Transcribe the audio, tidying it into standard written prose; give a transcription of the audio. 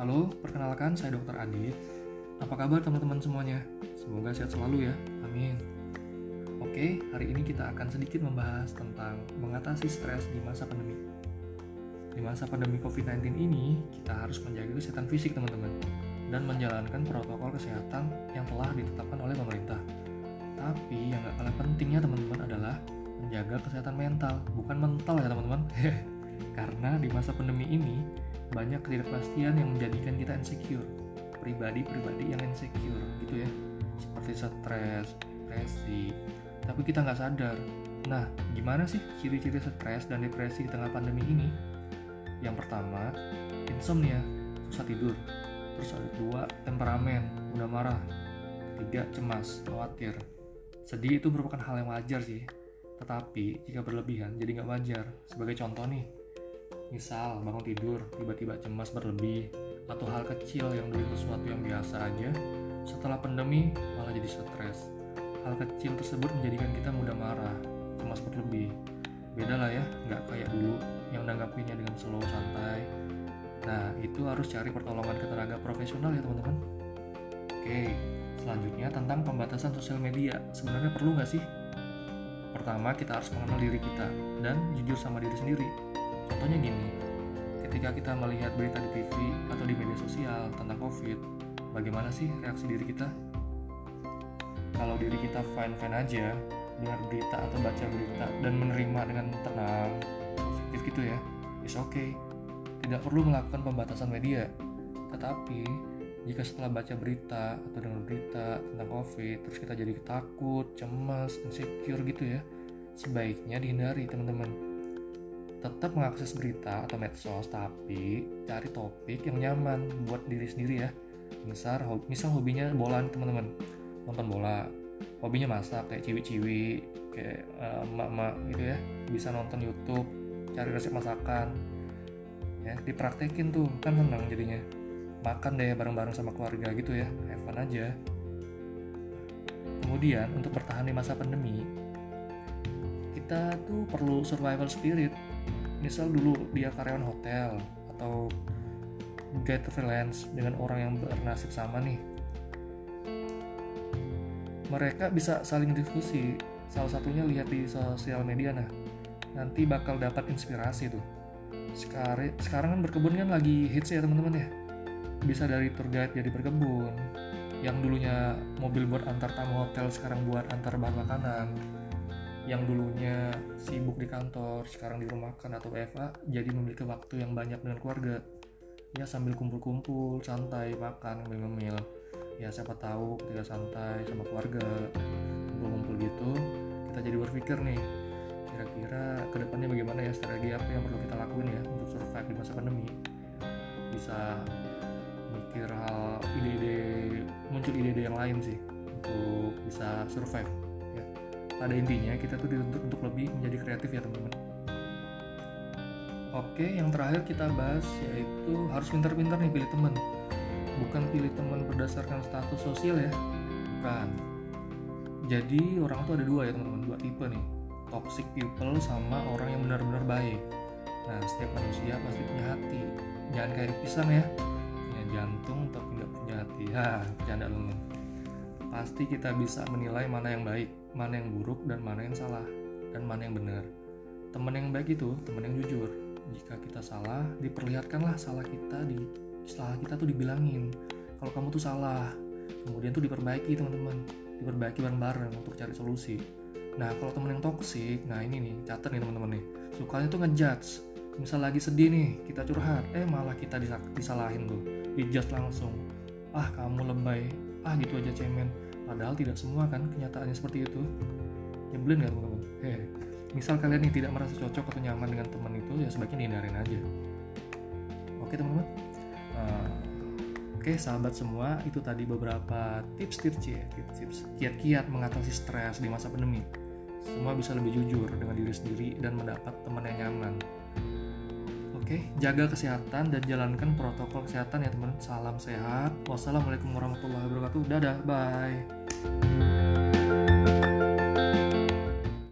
Halo, perkenalkan saya Dr. Adit. Apa kabar teman-teman semuanya? Semoga sehat selalu ya, amin. Oke, hari ini kita akan sedikit membahas tentang mengatasi stres di masa pandemi. Di masa pandemi COVID-19 ini, kita harus menjaga kesehatan fisik teman-teman dan menjalankan protokol kesehatan yang telah ditetapkan oleh pemerintah. Tapi yang gak kalah pentingnya teman-teman adalah menjaga kesehatan mental, bukan mental ya teman-teman. Karena di masa pandemi ini, banyak ketidakpastian yang menjadikan kita insecure, pribadi-pribadi yang insecure gitu ya, seperti stres, depresi, tapi kita nggak sadar. Nah, gimana sih ciri-ciri stres dan depresi di tengah pandemi ini? Yang pertama, insomnia, susah tidur. Terus ada kedua, temperamen, mudah marah. Ketiga, cemas, khawatir. Sedih itu merupakan hal yang wajar sih, tetapi jika berlebihan jadi nggak wajar. Sebagai contoh nih, misal bangun tidur tiba-tiba cemas berlebih, atau hal kecil yang dulu sesuatu yang biasa aja, setelah pandemi malah jadi stres. Hal kecil tersebut menjadikan kita mudah marah, cemas berlebih. Beda lah ya, nggak kayak dulu yang menanggapinya dengan slow, santai. Nah, itu harus cari pertolongan ke tenaga profesional ya teman-teman. Oke, selanjutnya tentang pembatasan sosial media. Sebenarnya perlu nggak sih? Pertama, kita harus mengenal diri kita dan jujur sama diri sendiri. Contohnya gini, ketika kita melihat berita di TV atau di media sosial tentang COVID, bagaimana sih reaksi diri kita? Kalau diri kita fine-fine aja, dengar berita atau baca berita dan menerima dengan tenang, positif gitu ya, it's okay. Tidak perlu melakukan pembatasan media. Tetapi, jika setelah baca berita atau dengar berita tentang COVID, terus kita jadi takut, cemas, insecure gitu ya, sebaiknya dihindari teman-teman. Tetap mengakses berita atau medsos, tapi cari topik yang nyaman buat diri sendiri ya. Misal hobinya bola nih teman-teman, nonton bola. Hobinya masak kayak ciwi-ciwi, kayak emak-emak gitu ya, bisa nonton YouTube, cari resep masakan, ya dipraktekin tuh, kan senang jadinya. Makan deh bareng-bareng sama keluarga gitu ya, have fun aja. Kemudian untuk bertahan di masa pandemi, kita tuh perlu survival spirit. Misal dulu dia karyawan hotel atau get freelance dengan orang yang bernasib sama nih, mereka bisa saling diskusi, salah satunya lihat di sosial media. Nah, nanti bakal dapat inspirasi tuh. Sekarang kan berkebun kan lagi hits ya teman-teman ya, bisa dari tour guide jadi berkebun, yang dulunya mobil buat antar tamu hotel sekarang buat antar bahan makanan, yang dulunya sibuk di kantor sekarang di rumah kan atau WFA, jadi memiliki waktu yang banyak dengan keluarga ya, sambil kumpul-kumpul santai makan ngemil-ngemil ya. Siapa tahu ketika santai sama keluarga kumpul-kumpul gitu, kita jadi berpikir nih, kira-kira kedepannya bagaimana ya, strategi apa yang perlu kita lakuin ya untuk survive di masa pandemi. Bisa mikir hal muncul ide-ide yang lain sih untuk bisa survive. Pada intinya kita tuh dituntut untuk lebih menjadi kreatif ya teman-teman. Oke, yang terakhir kita bahas yaitu harus pintar-pintar nih pilih teman. Bukan pilih teman berdasarkan status sosial ya, bukan. Jadi orang tuh ada dua ya teman-teman, dua tipe nih, toxic people sama orang yang benar-benar baik. Nah, setiap manusia pasti punya hati, jangan kayak pisang ya, punya jantung tapi nggak punya hati. Bercanda teman-teman. Pasti kita bisa menilai mana yang baik, mana yang buruk, dan mana yang salah, dan mana yang benar. Teman yang baik itu teman yang jujur. Jika kita salah, diperlihatkanlah salah kita tuh dibilangin. Kalau kamu tuh salah, kemudian tuh diperbaiki teman-teman, diperbaiki bareng-bareng untuk cari solusi. Nah, kalau teman yang toksik, nah ini nih, catat nih teman-teman nih, sukanya tuh ngejudge. Misal lagi sedih nih, kita curhat, malah kita disalahin tuh, dijudge langsung. Kamu lebay, gitu aja cemen. Padahal tidak semua kan kenyataannya seperti itu. Nyebelin gak teman-teman? Misal kalian nih tidak merasa cocok atau nyaman dengan teman itu, ya sebaiknya hindarin aja. Oke teman-teman. Oke sahabat semua, itu tadi beberapa tips kiat-kiat mengatasi stres di masa pandemi. Semua bisa lebih jujur dengan diri sendiri dan mendapat teman yang nyaman. Oke, jaga kesehatan dan jalankan protokol kesehatan ya teman. Salam sehat. Wassalamualaikum warahmatullahi wabarakatuh. Dadah, bye.